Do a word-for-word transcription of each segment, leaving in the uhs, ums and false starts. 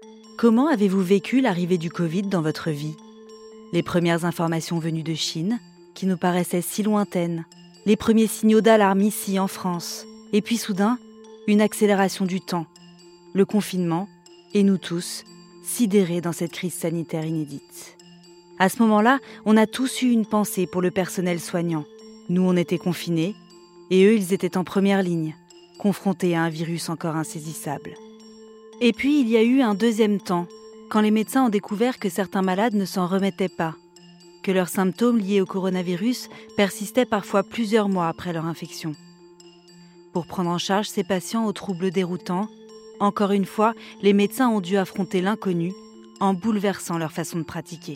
Comment avez-vous vécu l'arrivée du Covid dans votre vie ? Les premières informations venues de Chine, qui nous paraissaient si lointaines, les premiers signaux d'alarme ici en France, et puis soudain, une accélération du temps, le confinement, et nous tous, sidérés dans cette crise sanitaire inédite. À ce moment-là, on a tous eu une pensée pour le personnel soignant. Nous, on était confinés, et eux, ils étaient en première ligne, confrontés à un virus encore insaisissable. Et puis, il y a eu un deuxième temps, quand les médecins ont découvert que certains malades ne s'en remettaient pas, que leurs symptômes liés au coronavirus persistaient parfois plusieurs mois après leur infection. Pour prendre en charge ces patients aux troubles déroutants, encore une fois, les médecins ont dû affronter l'inconnu en bouleversant leur façon de pratiquer.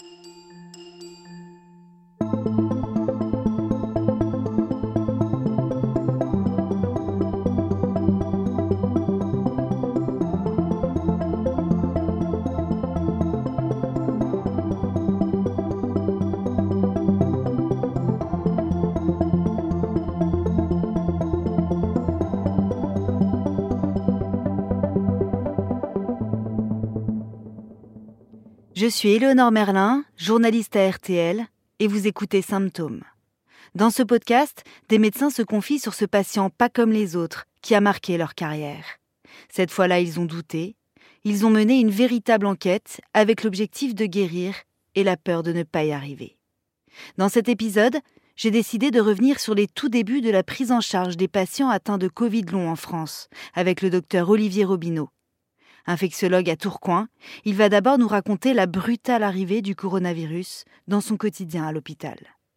Je suis Éléonore Merlin, journaliste à R T L, et vous écoutez Symptômes. Dans ce podcast, des médecins se confient sur ce patient pas comme les autres, qui a marqué leur carrière. Cette fois-là, ils ont douté. Ils ont mené une véritable enquête avec l'objectif de guérir et la peur de ne pas y arriver. Dans cet épisode, j'ai décidé de revenir sur les tout débuts de la prise en charge des patients atteints de Covid long en France, avec le docteur Olivier Robineau. Infectiologue à Tourcoing, il va d'abord nous raconter la brutale arrivée du coronavirus dans son quotidien à l'hôpital.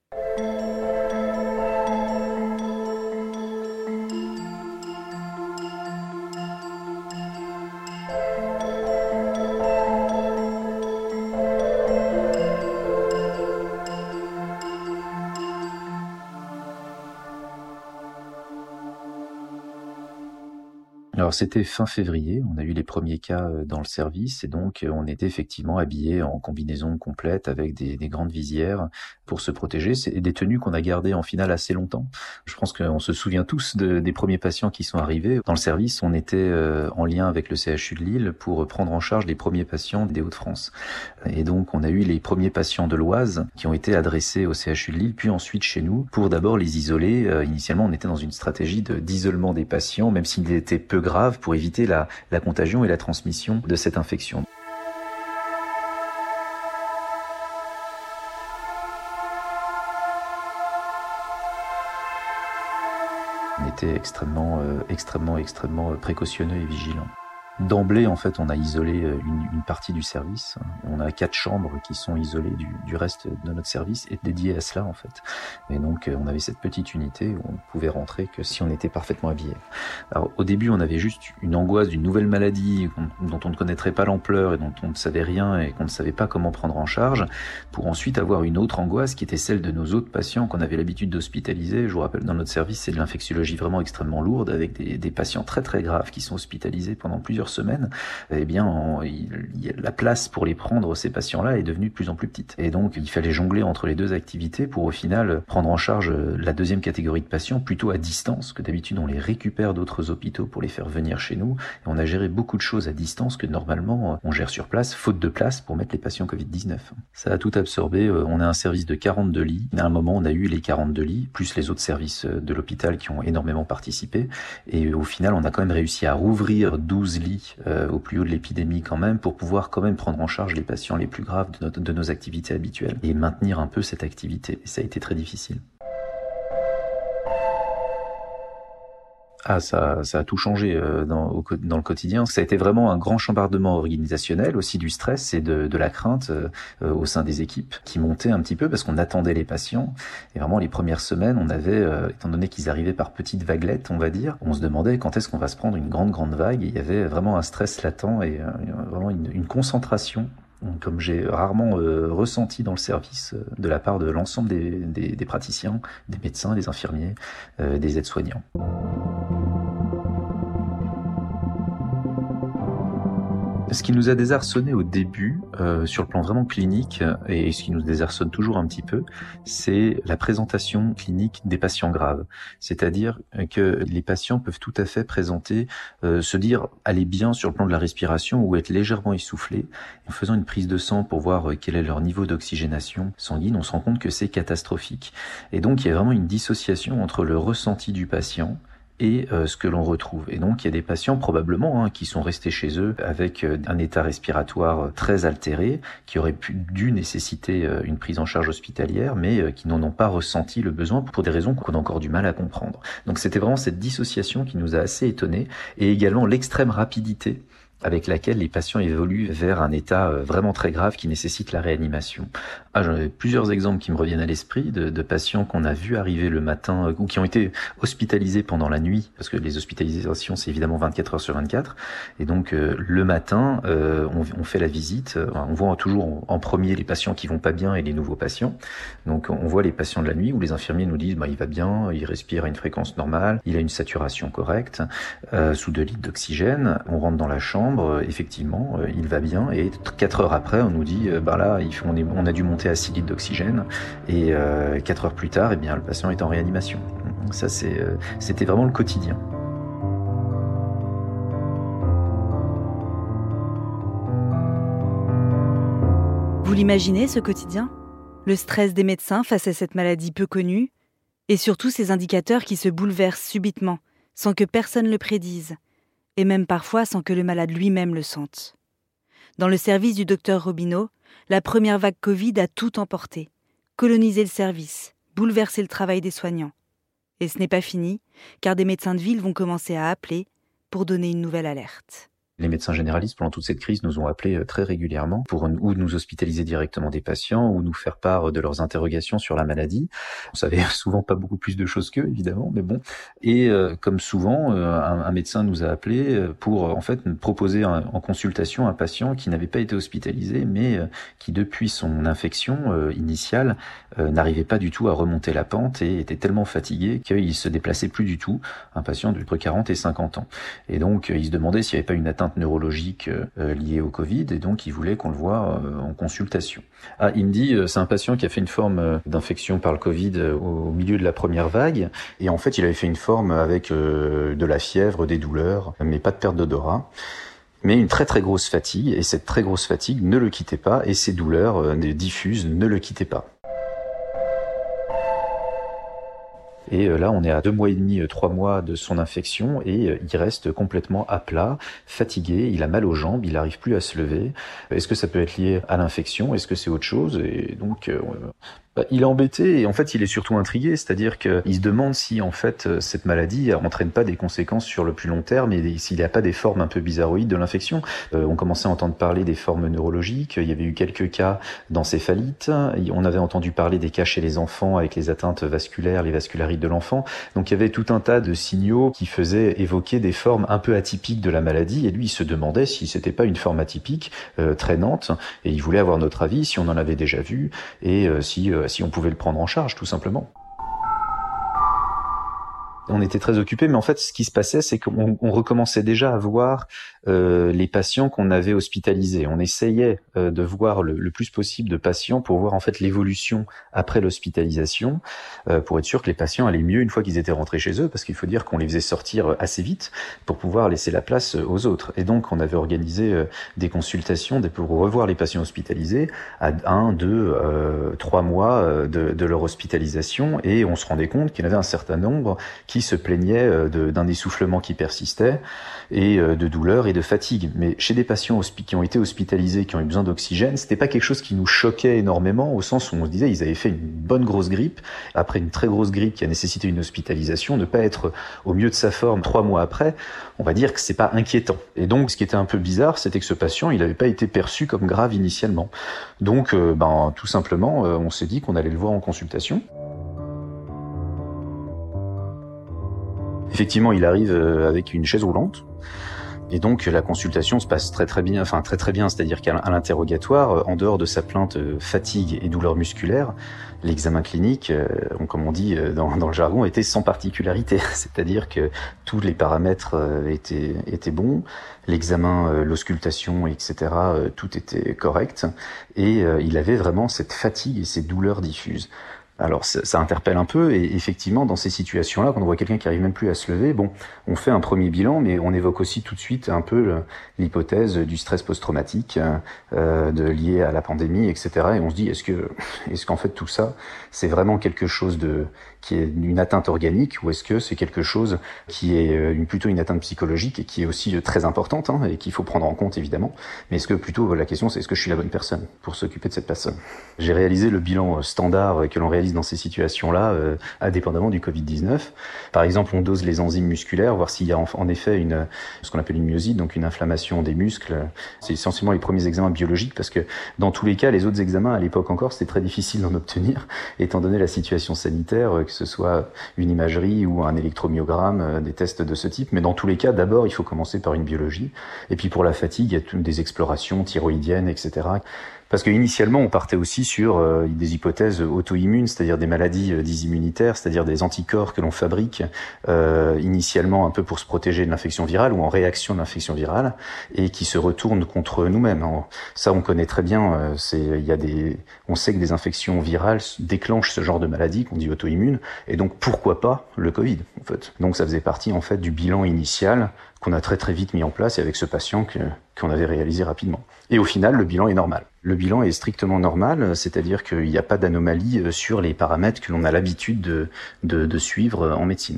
Alors c'était fin février, on a eu les premiers cas dans le service et donc on était effectivement habillés en combinaison complète avec des, des grandes visières pour se protéger. C'est des tenues qu'on a gardées en finale assez longtemps. Je pense qu'on se souvient tous de, des premiers patients qui sont arrivés. Dans le service, on était en lien avec le C H U de Lille pour prendre en charge les premiers patients des Hauts-de-France. Et donc on a eu les premiers patients de l'Oise qui ont été adressés au C H U de Lille, puis ensuite chez nous pour d'abord les isoler. Initialement, on était dans une stratégie de, d'isolement des patients, même s'ils étaient peu graves, pour éviter la, la contagion et la transmission de cette infection. On était extrêmement, euh, extrêmement, extrêmement précautionneux et vigilants. D'emblée, en fait, on a isolé une, une partie du service. On a quatre chambres qui sont isolées du, du reste de notre service et dédiées à cela, en fait. Et donc, on avait cette petite unité où on ne pouvait rentrer que si on était parfaitement habillé. Alors, au début, on avait juste une angoisse d'une nouvelle maladie dont on ne connaîtrait pas l'ampleur et dont on ne savait rien et qu'on ne savait pas comment prendre en charge, pour ensuite avoir une autre angoisse qui était celle de nos autres patients qu'on avait l'habitude d'hospitaliser. Je vous rappelle, dans notre service, c'est de l'infectiologie vraiment extrêmement lourde avec des, des patients très très graves qui sont hospitalisés pendant plusieurs semaines. Eh bien, on, il, il, la place pour les prendre, ces patients-là, est devenue de plus en plus petite. Et donc, il fallait jongler entre les deux activités pour, au final, prendre en charge la deuxième catégorie de patients plutôt à distance, que d'habitude, on les récupère d'autres hôpitaux pour les faire venir chez nous. Et on a géré beaucoup de choses à distance que, normalement, on gère sur place, faute de place pour mettre les patients covid dix-neuf. Ça a tout absorbé. On a un service de quarante-deux lits. À un moment, on a eu les quarante-deux lits, plus les autres services de l'hôpital qui ont énormément participé. Et au final, on a quand même réussi à rouvrir douze lits euh, au plus haut de l'épidémie quand même, pour pouvoir quand même prendre en charge les patients les plus graves de, notre, de nos activités habituelles et maintenir un peu cette activité. Et ça a été très difficile. Ah, ça, ça a tout changé euh, dans, au, dans le quotidien. Ça a été vraiment un grand chambardement organisationnel, aussi du stress et de, de la crainte euh, au sein des équipes qui montaient un petit peu parce qu'on attendait les patients. Et vraiment, les premières semaines, on avait, euh, étant donné qu'ils arrivaient par petites vaguelettes, on va dire, on se demandait quand est-ce qu'on va se prendre une grande, grande vague. Et il y avait vraiment un stress latent et euh, vraiment une, une concentration comme j'ai rarement euh, ressenti dans le service euh, de la part de l'ensemble des, des, des praticiens, des médecins, des infirmiers, euh, des aides-soignants. Ce qui nous a désarçonné au début, euh, sur le plan vraiment clinique, et ce qui nous désarçonne toujours un petit peu, c'est la présentation clinique des patients graves. C'est-à-dire que les patients peuvent tout à fait présenter, euh, se dire aller bien sur le plan de la respiration ou être légèrement essoufflés. En faisant une prise de sang pour voir quel est leur niveau d'oxygénation sanguine, on se rend compte que c'est catastrophique. Et donc il y a vraiment une dissociation entre le ressenti du patient et euh, ce que l'on retrouve. Et donc il y a des patients probablement hein, qui sont restés chez eux avec euh, un état respiratoire très altéré, qui auraient pu, dû nécessiter euh, une prise en charge hospitalière, mais euh, qui n'en ont pas ressenti le besoin pour des raisons qu'on a encore du mal à comprendre. Donc c'était vraiment cette dissociation qui nous a assez étonnés, et également l'extrême rapidité avec laquelle les patients évoluent vers un état vraiment très grave qui nécessite la réanimation. Ah, j'en ai plusieurs exemples qui me reviennent à l'esprit de, de patients qu'on a vus arriver le matin ou qui ont été hospitalisés pendant la nuit, parce que les hospitalisations c'est évidemment vingt-quatre heures sur vingt-quatre, et donc euh, le matin euh, on, on fait la visite, on voit toujours en premier les patients qui vont pas bien et les nouveaux patients. Donc on voit les patients de la nuit où les infirmiers nous disent bah, il va bien, il respire à une fréquence normale, il a une saturation correcte, euh, sous deux litres d'oxygène. On rentre dans la chambre, effectivement, euh, il va bien, et quatre heures après, on nous dit, euh, ben là, il faut, on, est, on a dû monter à six litres d'oxygène, et euh, quatre heures plus tard, eh bien, le patient est en réanimation. Ça, c'est, euh, c'était vraiment le quotidien. Vous l'imaginez, ce quotidien ? Le stress des médecins face à cette maladie peu connue, et surtout ces indicateurs qui se bouleversent subitement, sans que personne le prédise, et même parfois sans que le malade lui-même le sente. Dans le service du docteur Robineau, la première vague Covid a tout emporté, colonisé le service, bouleversé le travail des soignants. Et ce n'est pas fini, car des médecins de ville vont commencer à appeler pour donner une nouvelle alerte. Les médecins généralistes, pendant toute cette crise, nous ont appelés très régulièrement pour ou nous hospitaliser directement des patients ou nous faire part de leurs interrogations sur la maladie. On savait souvent pas beaucoup plus de choses qu'eux, évidemment, mais bon. Et euh, comme souvent, euh, un, un médecin nous a appelés pour en fait nous proposer un, en consultation un patient qui n'avait pas été hospitalisé, mais euh, qui depuis son infection euh, initiale euh, n'arrivait pas du tout à remonter la pente et était tellement fatigué qu'il se déplaçait plus du tout. Un patient d'entre quarante et cinquante ans. Et donc, il se demandait s'il n'y avait pas une atteinte neurologique euh, liée au Covid, et donc il voulait qu'on le voie euh, en consultation. Ah, il me dit, euh, c'est un patient qui a fait une forme euh, d'infection par le Covid euh, au milieu de la première vague, et en fait il avait fait une forme avec euh, de la fièvre, des douleurs, mais pas de perte d'odorat, mais une très très grosse fatigue, et cette très grosse fatigue ne le quittait pas, et ces douleurs euh, diffuses ne le quittaient pas. Et là, on est à deux mois et demi, trois mois de son infection, et il reste complètement à plat, fatigué, il a mal aux jambes, il n'arrive plus à se lever. Est-ce que ça peut être lié à l'infection ? Est-ce que c'est autre chose ? Et donc, euh, bah, il est embêté, et en fait, il est surtout intrigué, c'est-à-dire qu'il se demande si, en fait, cette maladie entraîne pas des conséquences sur le plus long terme, et s'il n'y a pas des formes un peu bizarroïdes de l'infection. Euh, on commençait à entendre parler des formes neurologiques, il y avait eu quelques cas d'encéphalite, on avait entendu parler des cas chez les enfants avec les atteintes vasculaires, les vascularites de l'enfant. Donc il y avait tout un tas de signaux qui faisaient évoquer des formes un peu atypiques de la maladie, et lui, il se demandait si c'était pas une forme atypique, euh, traînante, et il voulait avoir notre avis, si on en avait déjà vu, et euh, si euh, si on pouvait le prendre en charge, tout simplement. On était très occupés, mais en fait, ce qui se passait, c'est qu'on on recommençait déjà à voir euh, les patients qu'on avait hospitalisés. On essayait euh, de voir le, le plus possible de patients pour voir en fait l'évolution après l'hospitalisation, euh, pour être sûr que les patients allaient mieux une fois qu'ils étaient rentrés chez eux, parce qu'il faut dire qu'on les faisait sortir assez vite pour pouvoir laisser la place aux autres. Et donc, on avait organisé euh, des consultations pour revoir les patients hospitalisés à un, deux, euh, trois mois de, de leur hospitalisation, et on se rendait compte qu'il y en avait un certain nombre qui se plaignaient de, d'un essoufflement qui persistait et de douleur et de fatigue. Mais chez des patients hospi- qui ont été hospitalisés, qui ont eu besoin d'oxygène, c'était pas quelque chose qui nous choquait énormément, au sens où on se disait ils avaient fait une bonne grosse grippe. Après une très grosse grippe qui a nécessité une hospitalisation, ne pas être au mieux de sa forme trois mois après, on va dire que c'est pas inquiétant. Et donc, ce qui était un peu bizarre, c'était que ce patient, il n'avait pas été perçu comme grave initialement. Donc, euh, ben, tout simplement, euh, on s'est dit qu'on allait le voir en consultation. Effectivement, il arrive avec une chaise roulante, Et donc la consultation se passe très très bien, enfin très très bien, c'est-à-dire qu'à l'interrogatoire, en dehors de sa plainte fatigue et douleur musculaire, l'examen clinique, comme on dit dans, dans le jargon, était sans particularité, c'est-à-dire que tous les paramètres étaient, étaient bons, l'examen, l'auscultation, et cetera, tout était correct, et il avait vraiment cette fatigue et ces douleurs diffuses. Alors ça, ça interpelle un peu, et effectivement dans ces situations-là, quand on voit quelqu'un qui arrive même plus à se lever, bon, on fait un premier bilan, mais on évoque aussi tout de suite un peu l'hypothèse du stress post-traumatique euh, de, lié à la pandémie, et cetera. Et on se dit, est-ce que, est-ce qu'en fait tout ça, c'est vraiment quelque chose de qui est une atteinte organique, ou est-ce que c'est quelque chose qui est une, plutôt une atteinte psychologique et qui est aussi très importante, hein, et qu'il faut prendre en compte évidemment. Mais est-ce que plutôt la question c'est est-ce que je suis la bonne personne pour s'occuper de cette personne? J'ai réalisé le bilan standard que l'on réalise dans ces situations-là, euh, indépendamment du covid dix-neuf. Par exemple, on dose les enzymes musculaires, voir s'il y a en, en effet une, ce qu'on appelle une myosite, donc une inflammation des muscles. C'est essentiellement les premiers examens biologiques, parce que dans tous les cas, les autres examens à l'époque encore, c'était très difficile d'en obtenir, étant donné la situation sanitaire, que ce soit une imagerie ou un électromyogramme, des tests de ce type. Mais dans tous les cas, d'abord, il faut commencer par une biologie. Et puis pour la fatigue, il y a toutes des explorations thyroïdiennes, et cetera. Parce qu'initialement, on partait aussi sur euh, des hypothèses auto-immunes, c'est-à-dire des maladies euh, dites immunitaires, c'est-à-dire des anticorps que l'on fabrique euh, initialement un peu pour se protéger de l'infection virale ou en réaction de l'infection virale, et qui se retournent contre nous-mêmes. Ça, on connaît très bien. Euh, c'est, il y a des, on sait que des infections virales déclenchent ce genre de maladie qu'on dit auto-immune, et donc pourquoi pas le Covid en fait. Donc ça faisait partie en fait du bilan initial qu'on a très très vite mis en place, et avec ce patient que, qu'on avait réalisé rapidement. Et au final, le bilan est normal. Le bilan est strictement normal, c'est-à-dire qu'il n'y a pas d'anomalie sur les paramètres que l'on a l'habitude de, de, de suivre en médecine.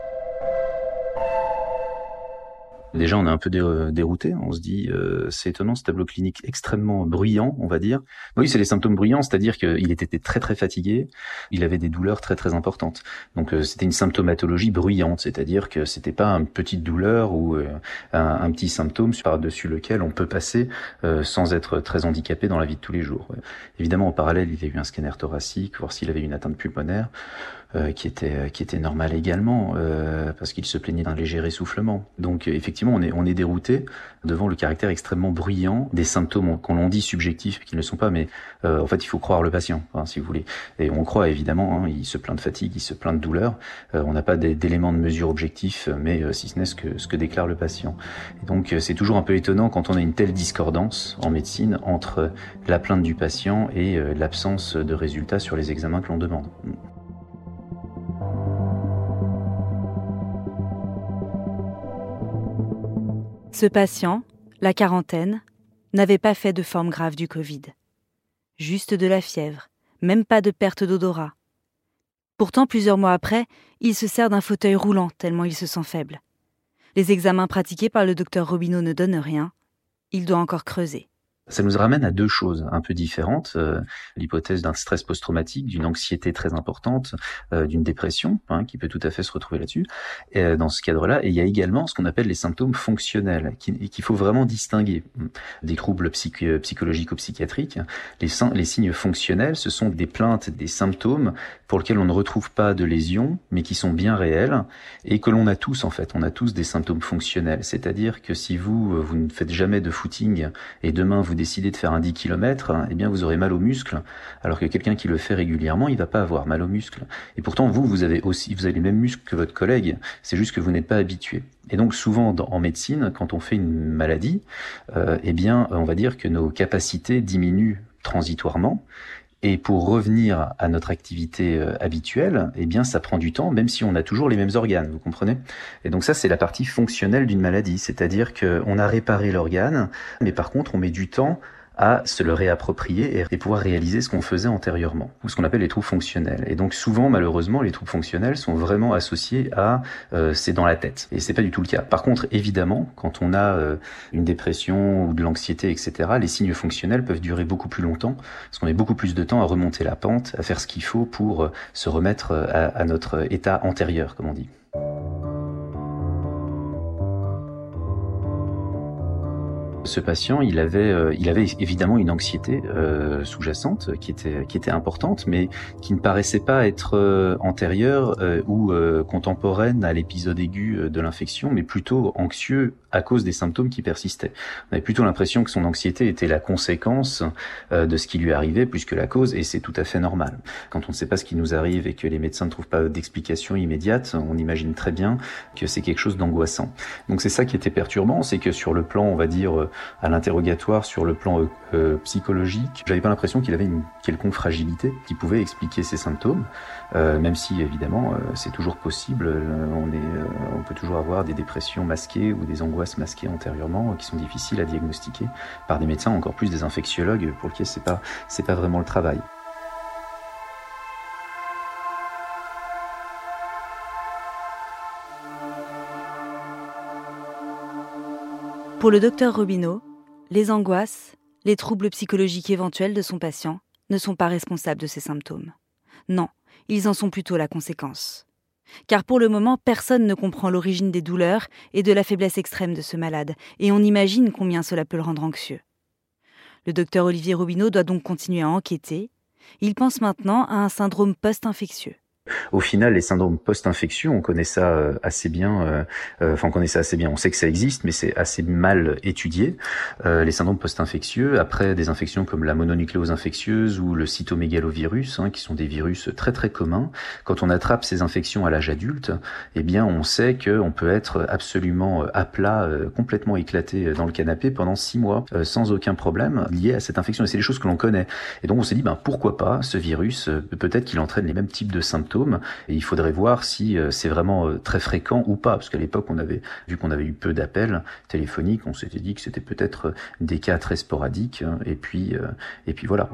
Déjà, on est un peu dérouté. On se dit, euh, c'est étonnant, ce tableau clinique extrêmement bruyant, on va dire. Oui, c'est les symptômes bruyants, c'est-à-dire qu'il était très très fatigué, il avait des douleurs très très importantes. Donc euh, c'était une symptomatologie bruyante, c'est-à-dire que c'était pas une petite douleur ou euh, un, un petit symptôme par-dessus lequel on peut passer euh, sans être très handicapé dans la vie de tous les jours. Ouais. Évidemment, en parallèle, il y a eu un scanner thoracique, voir s'il avait une atteinte pulmonaire. Euh, qui était qui était normal également euh, parce qu'il se plaignait d'un léger essoufflement. Donc euh, effectivement on est on est dérouté devant le caractère extrêmement bruyant des symptômes qu'on l'on dit subjectifs qui ne le sont pas, mais euh, en fait il faut croire le patient, hein, si vous voulez. Et on croit évidemment, hein, il se plaint de fatigue, il se plaint de douleur. Euh, on n'a pas d'éléments de mesure objectifs, mais euh, si ce n'est ce que ce que déclare le patient. Et donc euh, c'est toujours un peu étonnant quand on a une telle discordance en médecine entre la plainte du patient et euh, l'absence de résultats sur les examens que l'on demande. Ce patient, la quarantaine, n'avait pas fait de forme grave du Covid. Juste de la fièvre, même pas de perte d'odorat. Pourtant, plusieurs mois après, il se sert d'un fauteuil roulant tellement il se sent faible. Les examens pratiqués par le docteur Robineau ne donnent rien. Il doit encore creuser. Ça nous ramène à deux choses un peu différentes. Euh, l'hypothèse d'un stress post-traumatique, d'une anxiété très importante, euh, d'une dépression, hein, qui peut tout à fait se retrouver là-dessus, euh, dans ce cadre-là. Et il y a également ce qu'on appelle les symptômes fonctionnels, qui, qu'il faut vraiment distinguer. Des troubles psych- psychologiques ou psychiatriques, les, les signes fonctionnels, ce sont des plaintes, des symptômes pour lesquels on ne retrouve pas de lésions, mais qui sont bien réels, et que l'on a tous en fait. On a tous des symptômes fonctionnels. C'est-à-dire que si vous, vous ne faites jamais de footing, et demain vous décidez de faire un dix kilomètres, eh bien vous aurez mal aux muscles, alors que quelqu'un qui le fait régulièrement, il va pas avoir mal aux muscles. Et pourtant vous, vous avez aussi, vous avez les mêmes muscles que votre collègue, c'est juste que vous n'êtes pas habitué. Et donc souvent dans, en médecine, quand on fait une maladie, euh, eh bien on va dire que nos capacités diminuent transitoirement. Et pour revenir à notre activité euh, habituelle, eh bien, ça prend du temps, même si on a toujours les mêmes organes, vous comprenez? Et donc ça, c'est la partie fonctionnelle d'une maladie, c'est-à-dire qu'on a réparé l'organe, mais par contre, on met du temps à se le réapproprier et pouvoir réaliser ce qu'on faisait antérieurement, ou ce qu'on appelle les troubles fonctionnels. Et donc souvent, malheureusement, les troubles fonctionnels sont vraiment associés à euh, c'est dans la tête, et c'est pas du tout le cas. Par contre, évidemment, quand on a euh, une dépression ou de l'anxiété, et cetera, les signes fonctionnels peuvent durer beaucoup plus longtemps, parce qu'on met beaucoup plus de temps à remonter la pente, à faire ce qu'il faut pour euh, se remettre à, à notre état antérieur, comme on dit. Ce patient, il avait, euh, il avait évidemment une anxiété euh, sous-jacente qui était, qui était importante, mais qui ne paraissait pas être euh, antérieure euh, ou euh, contemporaine à l'épisode aigu de l'infection, mais plutôt anxieux à cause des symptômes qui persistaient. On avait plutôt l'impression que son anxiété était la conséquence euh, de ce qui lui arrivait plus que la cause, et c'est tout à fait normal. Quand on ne sait pas ce qui nous arrive et que les médecins ne trouvent pas d'explication immédiate, on imagine très bien que c'est quelque chose d'angoissant. Donc c'est ça qui était perturbant, c'est que sur le plan, on va dire, euh, à l'interrogatoire, sur le plan euh, euh, psychologique, j'avais pas l'impression qu'il avait une quelconque fragilité qui pouvait expliquer ces symptômes, euh, même si évidemment euh, c'est toujours possible, euh, on, est, euh, on peut toujours avoir des dépressions masquées ou des angoisses masquées antérieurement euh, qui sont difficiles à diagnostiquer par des médecins, encore plus des infectiologues pour lesquels c'est pas, c'est pas vraiment le travail. Pour le docteur Robineau, les angoisses, les troubles psychologiques éventuels de son patient ne sont pas responsables de ces symptômes. Non, ils en sont plutôt la conséquence. Car pour le moment, personne ne comprend l'origine des douleurs et de la faiblesse extrême de ce malade, et on imagine combien cela peut le rendre anxieux. Le docteur Olivier Robineau doit donc continuer à enquêter. Il pense maintenant à un syndrome post-infectieux. Au final, les syndromes post-infectieux, on connaît ça euh, assez bien. Euh, euh, enfin, on connaît ça assez bien. On sait que ça existe, mais c'est assez mal étudié. Euh, les syndromes post-infectieux, après des infections comme la mononucléose infectieuse ou le cytomégalovirus, hein, qui sont des virus très très communs. Quand on attrape ces infections à l'âge adulte, eh bien, on sait qu'on peut être absolument à plat, euh, complètement éclaté dans le canapé pendant six mois, euh, sans aucun problème lié à cette infection. Et c'est des choses que l'on connaît. Et donc, on s'est dit, ben pourquoi pas ce virus euh, Peut-être qu'il entraîne les mêmes types de symptômes. Et il faudrait voir si c'est vraiment très fréquent ou pas, parce qu'à l'époque, on avait vu qu'on avait eu peu d'appels téléphoniques, on s'était dit que c'était peut-être des cas très sporadiques, et puis, et puis voilà.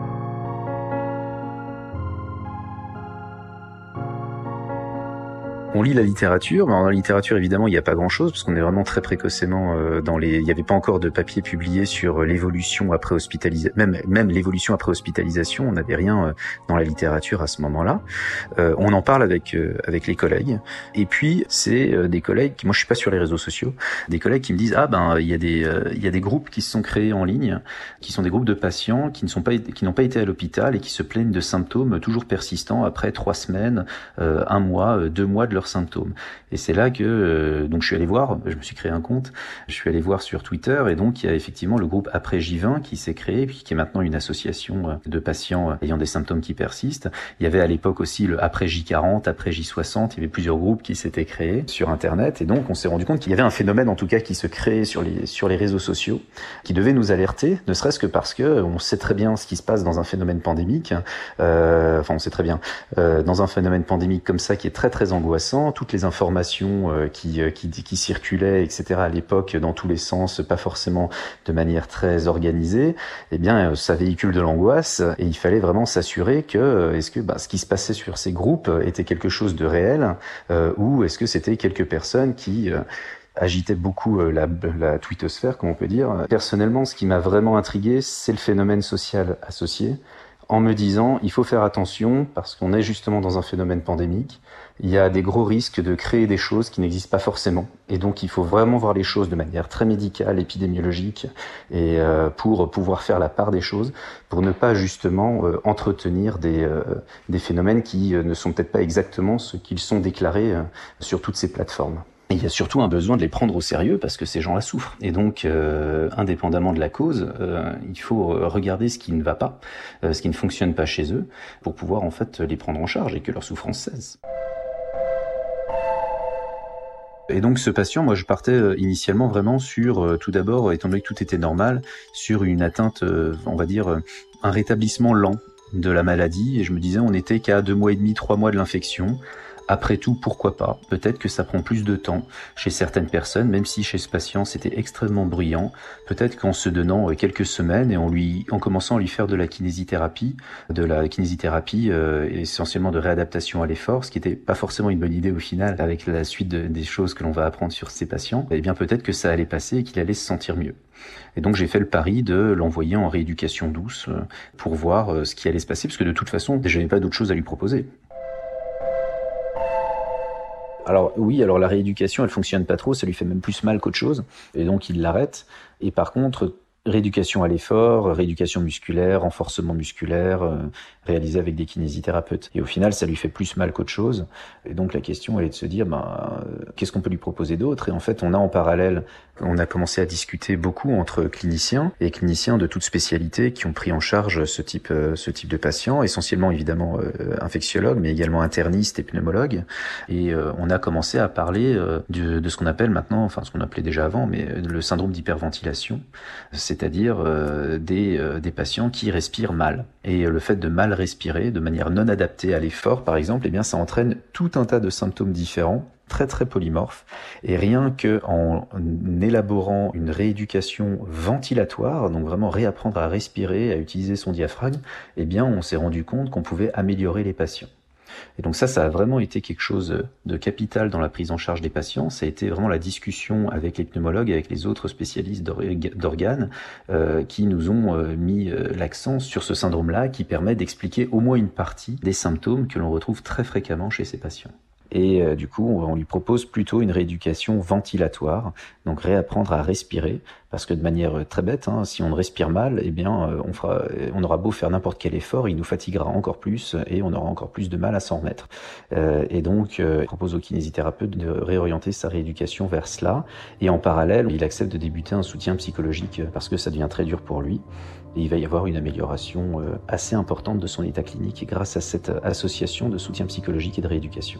On lit la littérature, mais dans la littérature évidemment il n'y a pas grand-chose parce qu'on est vraiment très précocement euh, dans les. Il n'y avait pas encore de papier publié sur l'évolution après hospitalisation, même même l'évolution après hospitalisation. On n'avait rien euh, dans la littérature à ce moment-là. Euh, on en parle avec euh, avec les collègues, et puis c'est euh, des collègues qui, moi je suis pas sur les réseaux sociaux, des collègues qui me disent ah ben il y a des euh, il y a des groupes qui se sont créés en ligne, qui sont des groupes de patients qui ne sont pas qui n'ont pas été à l'hôpital et qui se plaignent de symptômes toujours persistants après trois semaines, euh, un mois, euh, deux mois de leur symptômes. Et c'est là que euh, donc je suis allé voir, je me suis créé un compte, je suis allé voir sur Twitter, et donc il y a effectivement le groupe Après J vingt qui s'est créé, puis qui est maintenant une association de patients ayant des symptômes qui persistent. Il y avait à l'époque aussi le Après J quarante, Après J soixante, il y avait plusieurs groupes qui s'étaient créés sur Internet, et donc on s'est rendu compte qu'il y avait un phénomène en tout cas qui se créait sur les sur les réseaux sociaux, qui devait nous alerter, ne serait-ce que parce que on sait très bien ce qui se passe dans un phénomène pandémique, euh, enfin on sait très bien, euh, dans un phénomène pandémique comme ça qui est très très angoissant, toutes les informations euh, qui, euh, qui, qui circulaient, et cetera à l'époque dans tous les sens, pas forcément de manière très organisée, eh bien euh, ça véhicule de l'angoisse, et il fallait vraiment s'assurer que euh, est-ce que bah, ce qui se passait sur ces groupes était quelque chose de réel, euh, ou est-ce que c'était quelques personnes qui euh, agitait beaucoup la, la twittosphère, comme on peut dire. Personnellement, ce qui m'a vraiment intrigué, c'est le phénomène social associé, en me disant il faut faire attention parce qu'on est justement dans un phénomène pandémique. Il y a des gros risques de créer des choses qui n'existent pas forcément, et donc il faut vraiment voir les choses de manière très médicale, épidémiologique, et euh, pour pouvoir faire la part des choses, pour ne pas justement euh, entretenir des euh, des phénomènes qui euh, ne sont peut-être pas exactement ce qu'ils sont déclarés euh, sur toutes ces plateformes. Et il y a surtout un besoin de les prendre au sérieux parce que ces gens-là souffrent. Et donc, euh, indépendamment de la cause, euh, il faut regarder ce qui ne va pas, euh, ce qui ne fonctionne pas chez eux, pour pouvoir en fait les prendre en charge et que leur souffrance cesse. Et donc ce patient, moi je partais initialement vraiment sur, euh, tout d'abord, étant donné que tout était normal, sur une atteinte, euh, on va dire, euh, un rétablissement lent de la maladie. Et je me disais, on n'était qu'à deux mois et demi, trois mois de l'infection. Après tout, pourquoi pas? Peut-être que ça prend plus de temps chez certaines personnes, même si chez ce patient c'était extrêmement bruyant. Peut-être qu'en se donnant quelques semaines et en lui, en commençant à lui faire de la kinésithérapie, de la kinésithérapie euh, essentiellement de réadaptation à l'effort, ce qui n'était pas forcément une bonne idée au final avec la suite de, des choses que l'on va apprendre sur ces patients. Eh bien peut-être que ça allait passer et qu'il allait se sentir mieux. Et donc j'ai fait le pari de l'envoyer en rééducation douce pour voir ce qui allait se passer, parce que de toute façon, je n'avais pas d'autre chose à lui proposer. Alors oui, alors la rééducation, elle fonctionne pas trop, ça lui fait même plus mal qu'autre chose, et donc il l'arrête. Et par contre, rééducation à l'effort, rééducation musculaire, renforcement musculaire, euh, réalisé avec des kinésithérapeutes. Et au final, ça lui fait plus mal qu'autre chose. Et donc la question, elle est de se dire, ben, euh, qu'est-ce qu'on peut lui proposer d'autre ? Et en fait, on a en parallèle, on a commencé à discuter beaucoup entre cliniciens et cliniciens de toutes spécialités qui ont pris en charge ce type, euh, ce type de patients, essentiellement évidemment euh, infectiologues, mais également internistes et pneumologues. Et euh, on a commencé à parler euh, de, de ce qu'on appelle maintenant, enfin ce qu'on appelait déjà avant, mais le syndrome d'hyperventilation. C'est c'est-à-dire euh, des, euh, des patients qui respirent mal. Et le fait de mal respirer, de manière non adaptée à l'effort, par exemple, eh bien, ça entraîne tout un tas de symptômes différents, très très polymorphes. Et rien qu'en élaborant une rééducation ventilatoire, donc vraiment réapprendre à respirer, à utiliser son diaphragme, eh bien, on s'est rendu compte qu'on pouvait améliorer les patients. Et donc ça, ça a vraiment été quelque chose de capital dans la prise en charge des patients. Ça a été vraiment la discussion avec les pneumologues, avec les autres spécialistes d'organes, euh, qui nous ont euh, mis euh, l'accent sur ce syndrome-là, qui permet d'expliquer au moins une partie des symptômes que l'on retrouve très fréquemment chez ces patients. Et euh, du coup, on, on lui propose plutôt une rééducation ventilatoire, donc réapprendre à respirer, parce que de manière très bête, hein, si on respire mal, eh bien, euh, on, fera, on aura beau faire n'importe quel effort, il nous fatiguera encore plus et on aura encore plus de mal à s'en remettre. Euh, et donc, euh, il propose au kinésithérapeute de réorienter sa rééducation vers cela. Et en parallèle, il accepte de débuter un soutien psychologique parce que ça devient très dur pour lui. Et il va y avoir une amélioration euh, assez importante de son état clinique grâce à cette association de soutien psychologique et de rééducation.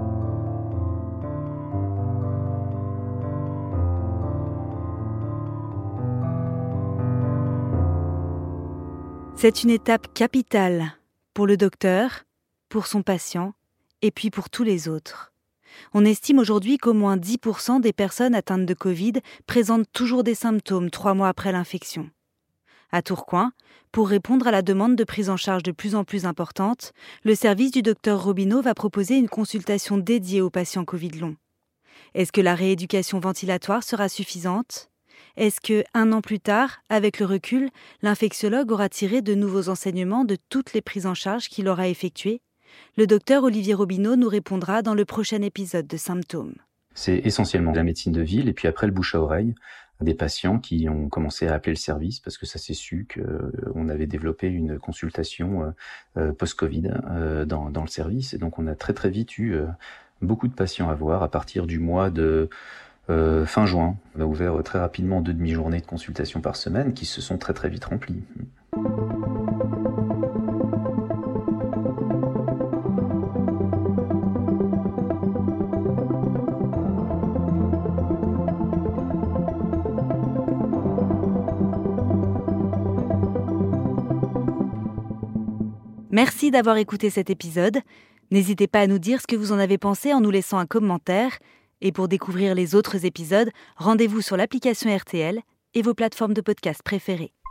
C'est une étape capitale pour le docteur, pour son patient et puis pour tous les autres. On estime aujourd'hui qu'au moins dix pour cent des personnes atteintes de Covid présentent toujours des symptômes trois mois après l'infection. À Tourcoing, pour répondre à la demande de prise en charge de plus en plus importante, le service du docteur Robineau va proposer une consultation dédiée aux patients Covid long. Est-ce que la rééducation ventilatoire sera suffisante ? Est-ce que, un an plus tard, avec le recul, l'infectiologue aura tiré de nouveaux enseignements de toutes les prises en charge qu'il aura effectuées ? Le docteur Olivier Robineau nous répondra dans le prochain épisode de Symptômes. C'est essentiellement la médecine de ville et puis après le bouche à oreille des patients qui ont commencé à appeler le service parce que ça s'est su qu'on avait développé une consultation post-Covid dans, dans le service. Et donc on a très très vite eu beaucoup de patients à voir à partir du mois de Euh, fin juin. On a ouvert très rapidement deux demi-journées de consultation par semaine qui se sont très très vite remplies. Merci d'avoir écouté cet épisode. N'hésitez pas à nous dire ce que vous en avez pensé en nous laissant un commentaire. Et pour découvrir les autres épisodes, rendez-vous sur l'application R T L et vos plateformes de podcast préférées.